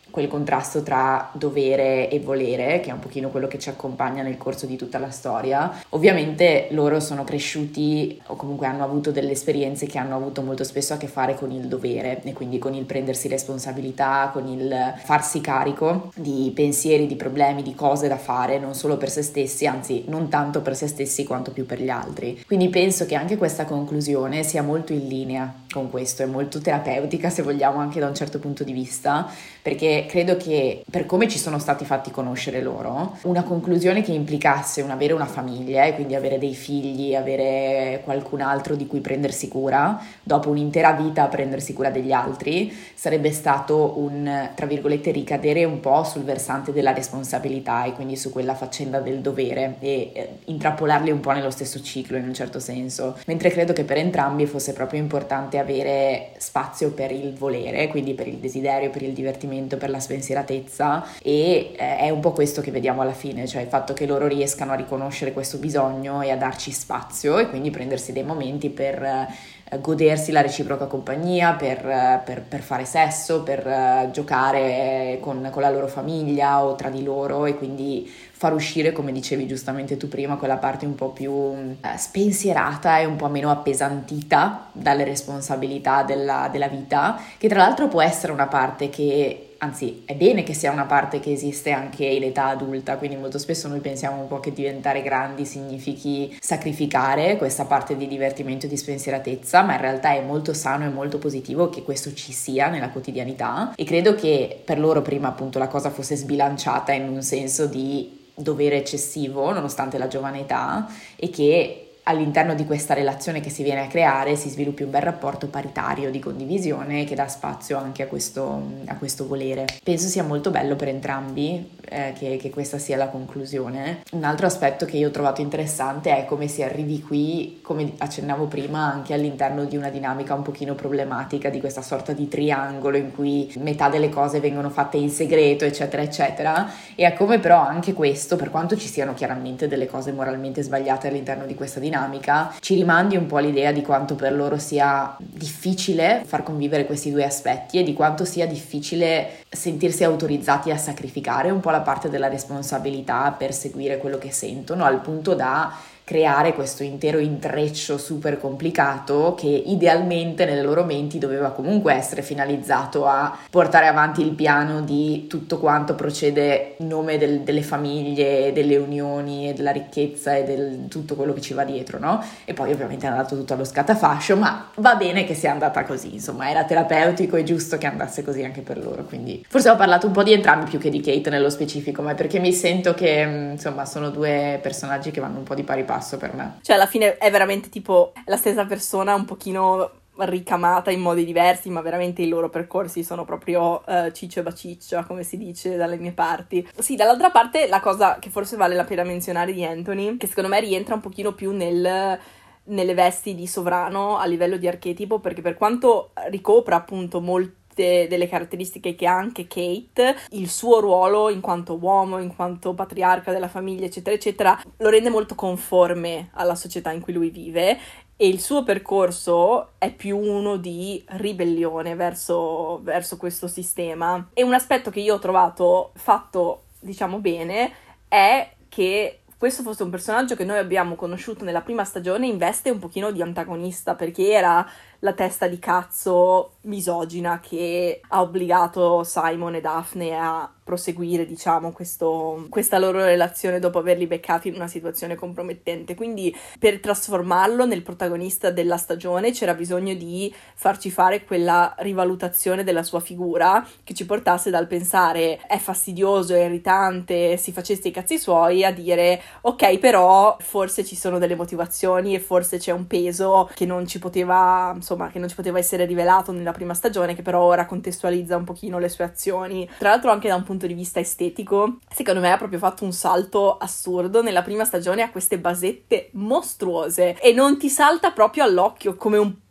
quel contrasto tra dovere e volere, che è un pochino quello che ci accompagna nel corso di tutta la storia. Ovviamente loro sono cresciuti o comunque hanno avuto delle esperienze che hanno avuto molto spesso a che fare con il dovere e quindi con il prendersi responsabilità, con il farsi carico di pensieri, di problemi, di cose da fare, non solo per se stessi, anzi non tanto per se stessi quanto più per gli altri. Quindi penso che anche questa conclusione sia molto in linea con questo, è molto terapeutica se vogliamo anche da un certo punto di vista, perché credo che per come ci sono stati fatti conoscere loro, una conclusione che implicasse un avere una famiglia e quindi avere dei figli, avere qualcun altro di cui prendersi cura, dopo un'intera vita a prendersi cura degli altri, sarebbe stato un, tra virgolette, ricadere un po' sul versante della responsabilità e quindi su quella faccenda del dovere e eh, intrappolarli un po' nello stesso ciclo in un certo senso, mentre credo che per entrambi fosse proprio importante avere spazio per il volere, quindi per il desiderio, per il divertimento, per la spensieratezza e eh, è un po' questo che vediamo alla fine, cioè il fatto che loro riescano a riconoscere questo bisogno e a darci spazio e quindi prendersi dei momenti per eh, godersi la reciproca compagnia, per, eh, per, per fare sesso, per eh, giocare con, con la loro famiglia o tra di loro e quindi far uscire, come dicevi giustamente tu prima, quella parte un po' più eh, spensierata e un po' meno appesantita dalle responsabilità della, della vita, che tra l'altro può essere una parte che, anzi è bene che sia una parte che esiste anche in età adulta, quindi molto spesso noi pensiamo un po' che diventare grandi significhi sacrificare questa parte di divertimento e di spensieratezza, ma in realtà è molto sano e molto positivo che questo ci sia nella quotidianità e credo che per loro prima appunto la cosa fosse sbilanciata in un senso di dovere eccessivo nonostante la giovane età e che all'interno di questa relazione che si viene a creare si sviluppi un bel rapporto paritario di condivisione che dà spazio anche a questo, a questo volere. Penso sia molto bello per entrambi eh, che, che questa sia la conclusione. Un altro aspetto che io ho trovato interessante è come si arrivi qui, come accennavo prima, anche all'interno di una dinamica un pochino problematica di questa sorta di triangolo in cui metà delle cose vengono fatte in segreto eccetera eccetera e a come però anche questo, per quanto ci siano chiaramente delle cose moralmente sbagliate all'interno di questa dinamica, ci rimandi un po' l'idea di quanto per loro sia difficile far convivere questi due aspetti e di quanto sia difficile sentirsi autorizzati a sacrificare un po' la parte della responsabilità per seguire quello che sentono, al punto da creare questo intero intreccio super complicato che idealmente nelle loro menti doveva comunque essere finalizzato a portare avanti il piano di tutto quanto procede in nome del, delle famiglie, delle unioni e della ricchezza e del tutto quello che ci va dietro, no? E poi ovviamente è andato tutto allo scatafascio, ma va bene che sia andata così, insomma era terapeutico e giusto che andasse così anche per loro, quindi forse ho parlato un po' di entrambi più che di Kate nello specifico, ma è perché mi sento che insomma sono due personaggi che vanno un po' di pari passo per me. Cioè alla fine è veramente tipo la stessa persona un pochino ricamata in modi diversi, ma veramente i loro percorsi sono proprio uh, ciccio e baciccia, come si dice dalle mie parti. Sì, dall'altra parte la cosa che forse vale la pena menzionare di Anthony, che secondo me rientra un pochino più nel nelle vesti di sovrano a livello di archetipo, perché per quanto ricopra appunto molti delle caratteristiche che ha anche Kate, il suo ruolo in quanto uomo, in quanto patriarca della famiglia eccetera eccetera lo rende molto conforme alla società in cui lui vive e il suo percorso è più uno di ribellione verso, verso questo sistema. E un aspetto che io ho trovato fatto diciamo bene è che questo fosse un personaggio che noi abbiamo conosciuto nella prima stagione in veste un pochino di antagonista, perché era la testa di cazzo misogina che ha obbligato Simon e Daphne a proseguire, diciamo, questo, questa loro relazione dopo averli beccati in una situazione compromettente. Quindi per trasformarlo nel protagonista della stagione c'era bisogno di farci fare quella rivalutazione della sua figura che ci portasse dal pensare è fastidioso, è irritante, si facesse i cazzi suoi, a dire ok, però forse ci sono delle motivazioni e forse c'è un peso che non ci poteva, insomma, che non ci poteva essere rivelato nella prima stagione, che però ora contestualizza un pochino le sue azioni. Tra l'altro anche da un punto di vista estetico, secondo me ha proprio fatto un salto assurdo. Nella prima stagione ha queste basette mostruose e non ti salta proprio all'occhio come un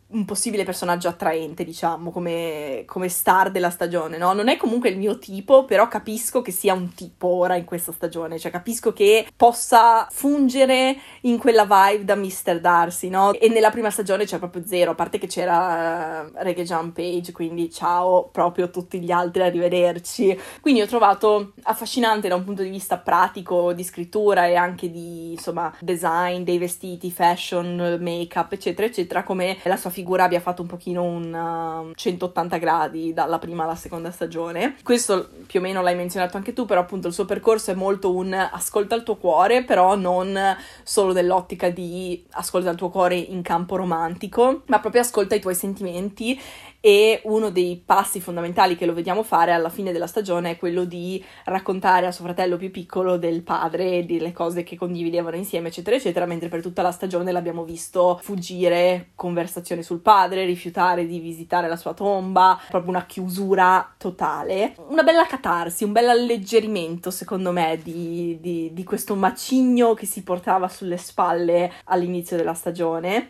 un possibile personaggio attraente, diciamo, come, come star della stagione, no? Non è comunque il mio tipo, però capisco che sia un tipo ora in questa stagione, cioè capisco che possa fungere in quella vibe da mister Darcy, no? E nella prima stagione c'è proprio zero, a parte che c'era uh, Regé-Jean Page, quindi ciao proprio tutti gli altri, arrivederci. Quindi ho trovato affascinante da un punto di vista pratico, di scrittura e anche di, insomma, design dei vestiti, fashion, make-up, eccetera, eccetera, come la sua figura abbia fatto un pochino un uh, centottanta gradi dalla prima alla seconda stagione. Questo più o meno l'hai menzionato anche tu, però appunto il suo percorso è molto un ascolta il tuo cuore, però non solo dell'ottica di ascolta il tuo cuore in campo romantico, ma proprio ascolta i tuoi sentimenti. E uno dei passi fondamentali che lo vediamo fare alla fine della stagione è quello di raccontare a suo fratello più piccolo del padre, delle cose che condividevano insieme, eccetera, eccetera, mentre per tutta la stagione l'abbiamo visto fuggire conversazioni sul padre, rifiutare di visitare la sua tomba, proprio una chiusura totale. Una bella catarsi, un bel alleggerimento, secondo me, di, di, di questo macigno che si portava sulle spalle all'inizio della stagione.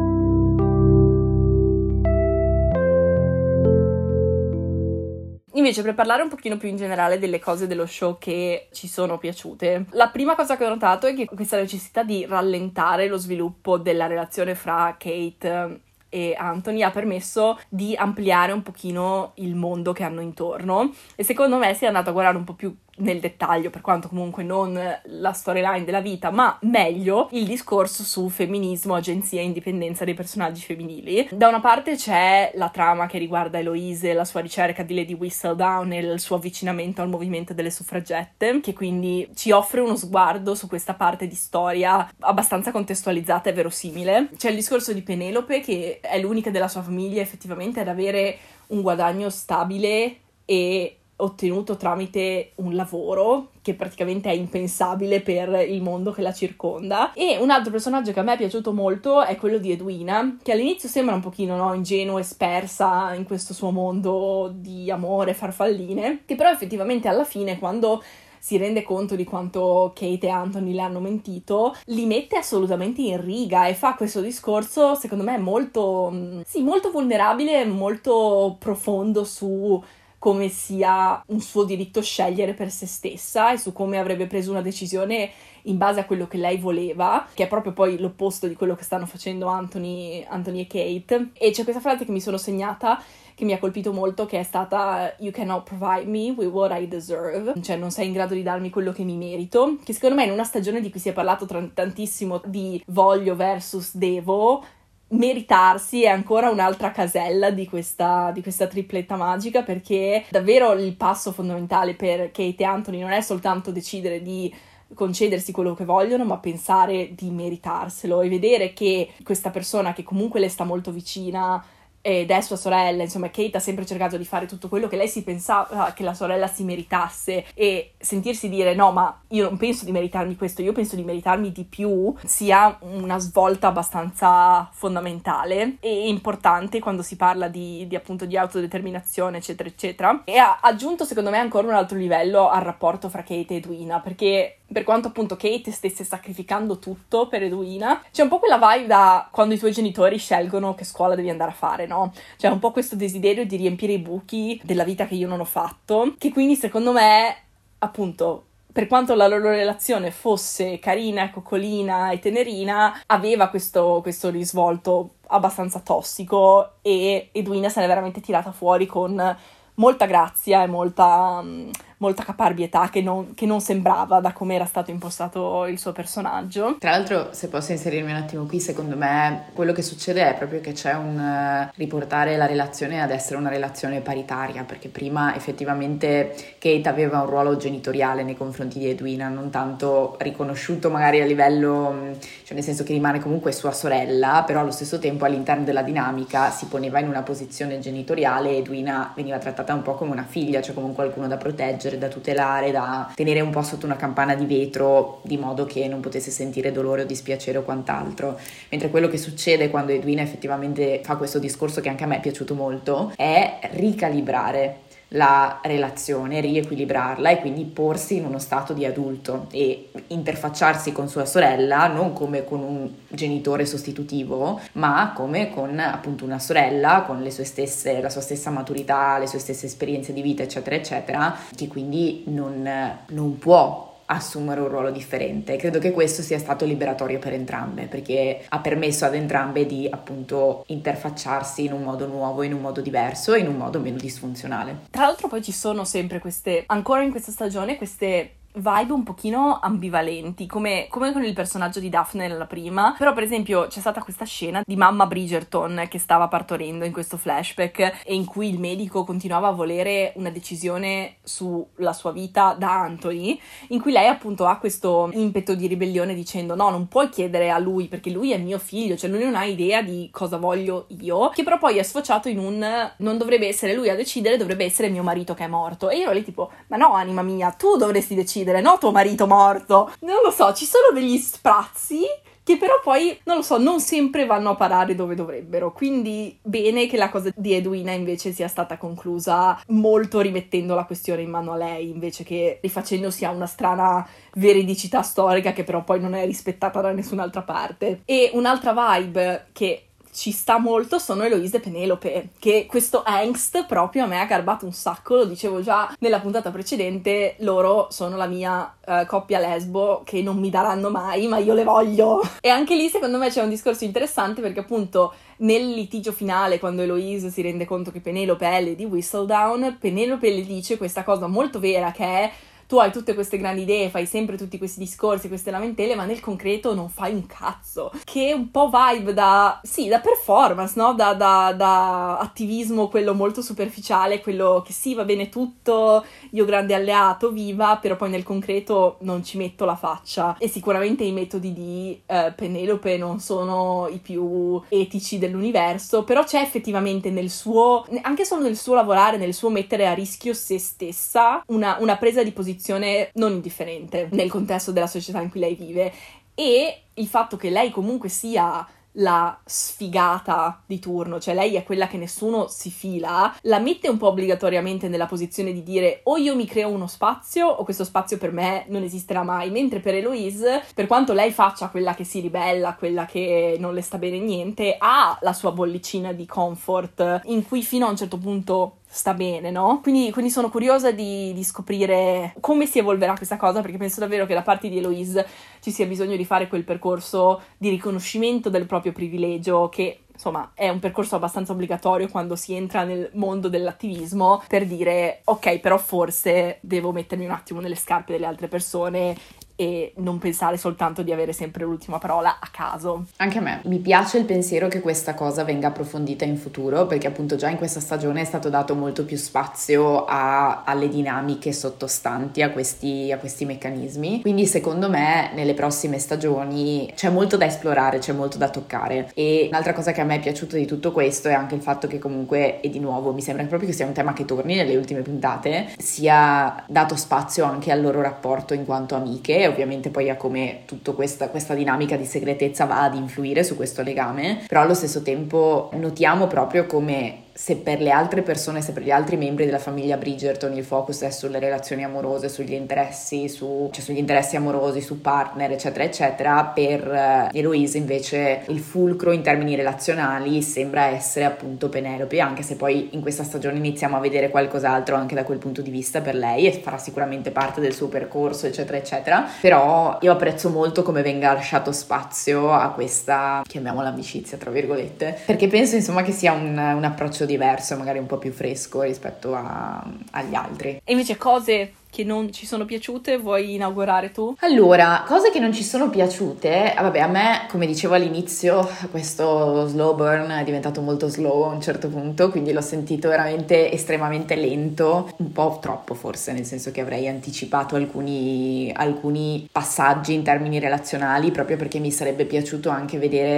Invece, per parlare un pochino più in generale delle cose dello show che ci sono piaciute, la prima cosa che ho notato è che questa necessità di rallentare lo sviluppo della relazione fra Kate e Anthony ha permesso di ampliare un pochino il mondo che hanno intorno, e secondo me si è andato a guardare un po' più nel dettaglio, per quanto comunque non la storyline della vita, ma meglio il discorso su femminismo, agenzia e indipendenza dei personaggi femminili. Da una parte c'è la trama che riguarda Eloise, la sua ricerca di Lady Whistledown e il suo avvicinamento al movimento delle suffragette, che quindi ci offre uno sguardo su questa parte di storia abbastanza contestualizzata e verosimile. C'è il discorso di Penelope, che è l'unica della sua famiglia effettivamente ad avere un guadagno stabile e ottenuto tramite un lavoro che praticamente è impensabile per il mondo che la circonda. E un altro personaggio che a me è piaciuto molto è quello di Edwina, che all'inizio sembra un pochino, no, ingenua e spersa in questo suo mondo di amore, farfalline, che però effettivamente alla fine, quando si rende conto di quanto Kate e Anthony le hanno mentito, li mette assolutamente in riga e fa questo discorso, secondo me, molto, sì, molto vulnerabile, molto profondo su come sia un suo diritto scegliere per se stessa e su come avrebbe preso una decisione in base a quello che lei voleva, che è proprio poi l'opposto di quello che stanno facendo Anthony, Anthony e Kate. E c'è questa frase che mi sono segnata, che mi ha colpito molto, che è stata "You cannot provide me with what I deserve", cioè non sei in grado di darmi quello che mi merito, che secondo me in una stagione di cui si è parlato tra- tantissimo di voglio versus devo, meritarsi è ancora un'altra casella di questa, di questa tripletta magica, perché davvero il passo fondamentale per Kate e Anthony non è soltanto decidere di concedersi quello che vogliono, ma pensare di meritarselo e vedere che questa persona che comunque le sta molto vicina ed è sua sorella, insomma Kate ha sempre cercato di fare tutto quello che lei si pensava che la sorella si meritasse, e sentirsi dire no, ma io non penso di meritarmi questo, io penso di meritarmi di più, sia una svolta abbastanza fondamentale e importante quando si parla di, di appunto di autodeterminazione, eccetera eccetera. E ha aggiunto secondo me ancora un altro livello al rapporto fra Kate e Edwina, perché per quanto appunto Kate stesse sacrificando tutto per Edwina, c'è un po' quella vibe da quando i tuoi genitori scelgono che scuola devi andare a fare, no? C'è un po' questo desiderio di riempire i buchi della vita che io non ho fatto, che quindi secondo me, appunto, per quanto la loro relazione fosse carina, coccolina e tenerina, aveva questo, questo risvolto abbastanza tossico, e Edwina se n'è veramente tirata fuori con molta grazia e molta, molta caparbietà che non, che non sembrava da come era stato impostato il suo personaggio. Tra l'altro, se posso inserirmi un attimo qui, secondo me quello che succede è proprio che c'è un uh, riportare la relazione ad essere una relazione paritaria, perché prima effettivamente Kate aveva un ruolo genitoriale nei confronti di Edwina, non tanto riconosciuto magari a livello, cioè nel senso che rimane comunque sua sorella, però allo stesso tempo all'interno della dinamica si poneva in una posizione genitoriale e Edwina veniva trattata un po' come una figlia, cioè come qualcuno da proteggere, da tutelare, da tenere un po' sotto una campana di vetro, di modo che non potesse sentire dolore o dispiacere o quant'altro. Mentre quello che succede quando Edwina effettivamente fa questo discorso, che anche a me è piaciuto molto, è ricalibrare. la relazione, riequilibrarla e quindi porsi in uno stato di adulto e interfacciarsi con sua sorella non come con un genitore sostitutivo, ma come con appunto una sorella con le sue stesse, la sua stessa maturità, le sue stesse esperienze di vita, eccetera eccetera, che quindi non, non può assumere un ruolo differente. Credo che questo sia stato liberatorio per entrambe, perché ha permesso ad entrambe di appunto interfacciarsi in un modo nuovo, in un modo diverso e in un modo meno disfunzionale. Tra l'altro poi ci sono sempre queste, ancora in questa stagione, queste vibe un pochino ambivalenti, come, come con il personaggio di Daphne nella prima. Però per esempio c'è stata questa scena di mamma Bridgerton che stava partorendo in questo flashback e in cui il medico continuava a volere una decisione sulla sua vita da Anthony, in cui lei appunto ha questo impeto di ribellione dicendo no, non puoi chiedere a lui perché lui è mio figlio, cioè lui non ha idea di cosa voglio io, che però poi è sfociato in un non dovrebbe essere lui a decidere, dovrebbe essere mio marito che è morto. E io ero lì tipo ma no anima mia, tu dovresti decidere, no tuo marito morto. Non lo so, ci sono degli sprazzi che però poi, non lo so, non sempre vanno a parare dove dovrebbero. Quindi bene che la cosa di Edwina invece sia stata conclusa molto rimettendo la questione in mano a lei, invece che rifacendosi a una strana veridicità storica che però poi non è rispettata da nessun'altra parte. E un'altra vibe che ci sta molto sono Eloise e Penelope, che questo angst proprio a me ha garbato un sacco, lo dicevo già nella puntata precedente, loro sono la mia uh, coppia lesbo che non mi daranno mai, ma io le voglio. E anche lì secondo me c'è un discorso interessante perché appunto nel litigio finale, quando Eloise si rende conto che Penelope è Lady Whistledown, Penelope le dice questa cosa molto vera che è: tu hai tutte queste grandi idee, fai sempre tutti questi discorsi, queste lamentele, ma nel concreto non fai un cazzo. Che è un po' vibe da, sì, da performance, no? Da, da, da attivismo, quello molto superficiale, quello che sì, va bene tutto, io grande alleato, viva, però poi nel concreto non ci metto la faccia. E sicuramente i metodi di eh, Penelope non sono i più etici dell'universo, però c'è effettivamente nel suo, anche solo nel suo lavorare, nel suo mettere a rischio se stessa, una, una presa di posizione non indifferente nel contesto della società in cui lei vive, e il fatto che lei comunque sia la sfigata di turno, cioè lei è quella che nessuno si fila, la mette un po' obbligatoriamente nella posizione di dire o io mi creo uno spazio o questo spazio per me non esisterà mai, mentre per Eloise, per quanto lei faccia quella che si ribella, quella che non le sta bene niente, ha la sua bollicina di comfort in cui fino a un certo punto sta bene, no? Quindi, quindi sono curiosa di, di scoprire come si evolverà questa cosa, perché penso davvero che da parte di Eloise ci sia bisogno di fare quel percorso di riconoscimento del proprio privilegio, che insomma è un percorso abbastanza obbligatorio quando si entra nel mondo dell'attivismo, per dire ok, però forse devo mettermi un attimo nelle scarpe delle altre persone e non pensare soltanto di avere sempre l'ultima parola a caso. Anche a me mi piace il pensiero che questa cosa venga approfondita in futuro, perché appunto già in questa stagione è stato dato molto più spazio a, alle dinamiche sottostanti a questi, a questi meccanismi, quindi secondo me nelle prossime stagioni c'è molto da esplorare, c'è molto da toccare. E un'altra cosa che a me è piaciuta di tutto questo è anche il fatto che comunque, e di nuovo mi sembra proprio che sia un tema che torni nelle ultime puntate, sia dato spazio anche al loro rapporto in quanto amiche, e ovviamente poi a come tutta questa, questa dinamica di segretezza va ad influire su questo legame, però allo stesso tempo notiamo proprio come se per le altre persone, se per gli altri membri della famiglia Bridgerton il focus è sulle relazioni amorose, sugli interessi, su, cioè sugli interessi amorosi, su partner, eccetera, eccetera, per Eloise invece il fulcro in termini relazionali sembra essere appunto Penelope, anche se poi in questa stagione iniziamo a vedere qualcos'altro anche da quel punto di vista per lei e farà sicuramente parte del suo percorso, eccetera, eccetera. Però io apprezzo molto come venga lasciato spazio a questa, chiamiamola amicizia, tra virgolette, perché penso insomma che sia un, un approccio diverso, magari un po' più fresco rispetto a, agli altri. E invece cose che non ci sono piaciute, vuoi inaugurare tu? Allora, cose che non ci sono piaciute, vabbè, a me, come dicevo all'inizio, questo slow burn è diventato molto slow a un certo punto, quindi l'ho sentito veramente estremamente lento, un po' troppo forse, nel senso che avrei anticipato alcuni, alcuni passaggi in termini relazionali, proprio perché mi sarebbe piaciuto anche vedere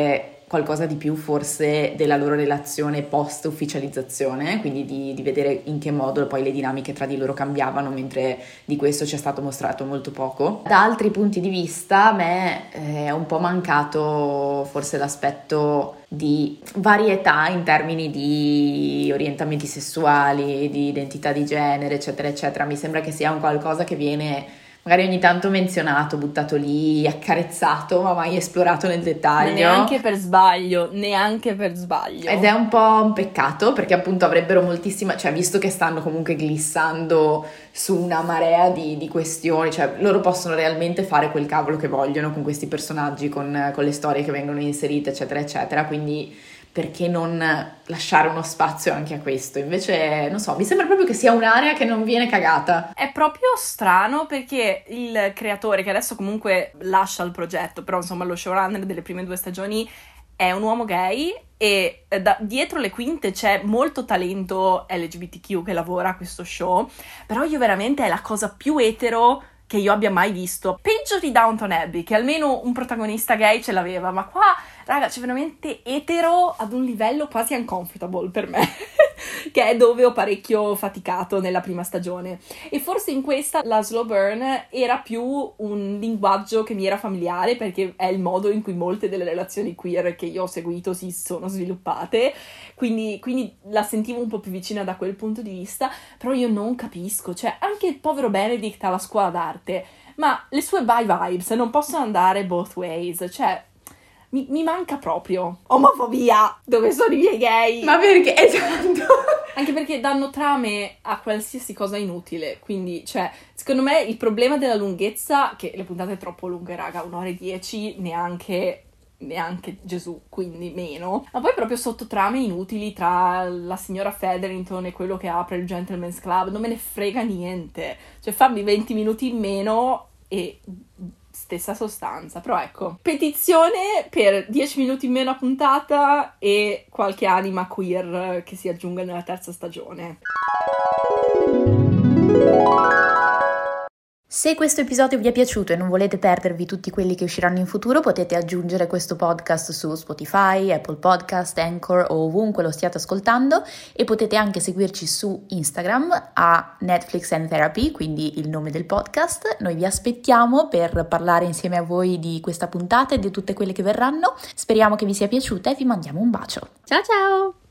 qualcosa di più forse della loro relazione post ufficializzazione, quindi di, di vedere in che modo poi le dinamiche tra di loro cambiavano, mentre di questo ci è stato mostrato molto poco. Da altri punti di vista a me è un po' mancato forse l'aspetto di varietà in termini di orientamenti sessuali, di identità di genere, eccetera eccetera. Mi sembra che sia un qualcosa che viene magari ogni tanto menzionato, buttato lì, accarezzato, ma mai esplorato nel dettaglio. Neanche per sbaglio, neanche per sbaglio. Ed è un po' un peccato, perché appunto avrebbero moltissima, cioè visto che stanno comunque glissando su una marea di, di questioni, cioè loro possono realmente fare quel cavolo che vogliono con questi personaggi, con, con le storie che vengono inserite, eccetera, eccetera, quindi perché non lasciare uno spazio anche a questo? Invece, non so, mi sembra proprio che sia un'area che non viene cagata. È proprio strano perché il creatore, che adesso comunque lascia il progetto, però insomma lo showrunner delle prime due stagioni è un uomo gay e da, dietro le quinte c'è molto talento L G B T Q che lavora a questo show, però io veramente è la cosa più etero che io abbia mai visto. Peggio di Downton Abbey, che almeno un protagonista gay ce l'aveva, ma qua, raga, c'è veramente etero ad un livello quasi uncomfortable per me, che è dove ho parecchio faticato nella prima stagione. E forse in questa la slow burn era più un linguaggio che mi era familiare, perché è il modo in cui molte delle relazioni queer che io ho seguito si sono sviluppate, quindi, quindi la sentivo un po' più vicina da quel punto di vista, però io non capisco, cioè anche il povero Benedict alla scuola d'arte, ma le sue bi vibes non possono andare both ways, cioè mi, mi manca proprio omofobia, dove sono i miei gay? Ma perché? Esatto. Anche perché danno trame a qualsiasi cosa inutile, quindi cioè secondo me il problema della lunghezza, che le puntate è troppo lunghe raga, un'ora e dieci, neanche neanche Gesù, quindi meno, ma poi proprio sottotrame inutili tra la signora Featherington e quello che apre il Gentleman's Club, non me ne frega niente, cioè fammi venti minuti in meno e stessa sostanza. Però ecco, petizione per dieci minuti in meno a puntata e qualche anima queer che si aggiunga nella terza stagione. Se questo episodio vi è piaciuto e non volete perdervi tutti quelli che usciranno in futuro, potete aggiungere questo podcast su Spotify, Apple Podcast, Anchor o ovunque lo stiate ascoltando, e potete anche seguirci su Instagram a Netflix and Therapy, quindi il nome del podcast. Noi vi aspettiamo per parlare insieme a voi di questa puntata e di tutte quelle che verranno. Speriamo che vi sia piaciuta e vi mandiamo un bacio. Ciao ciao!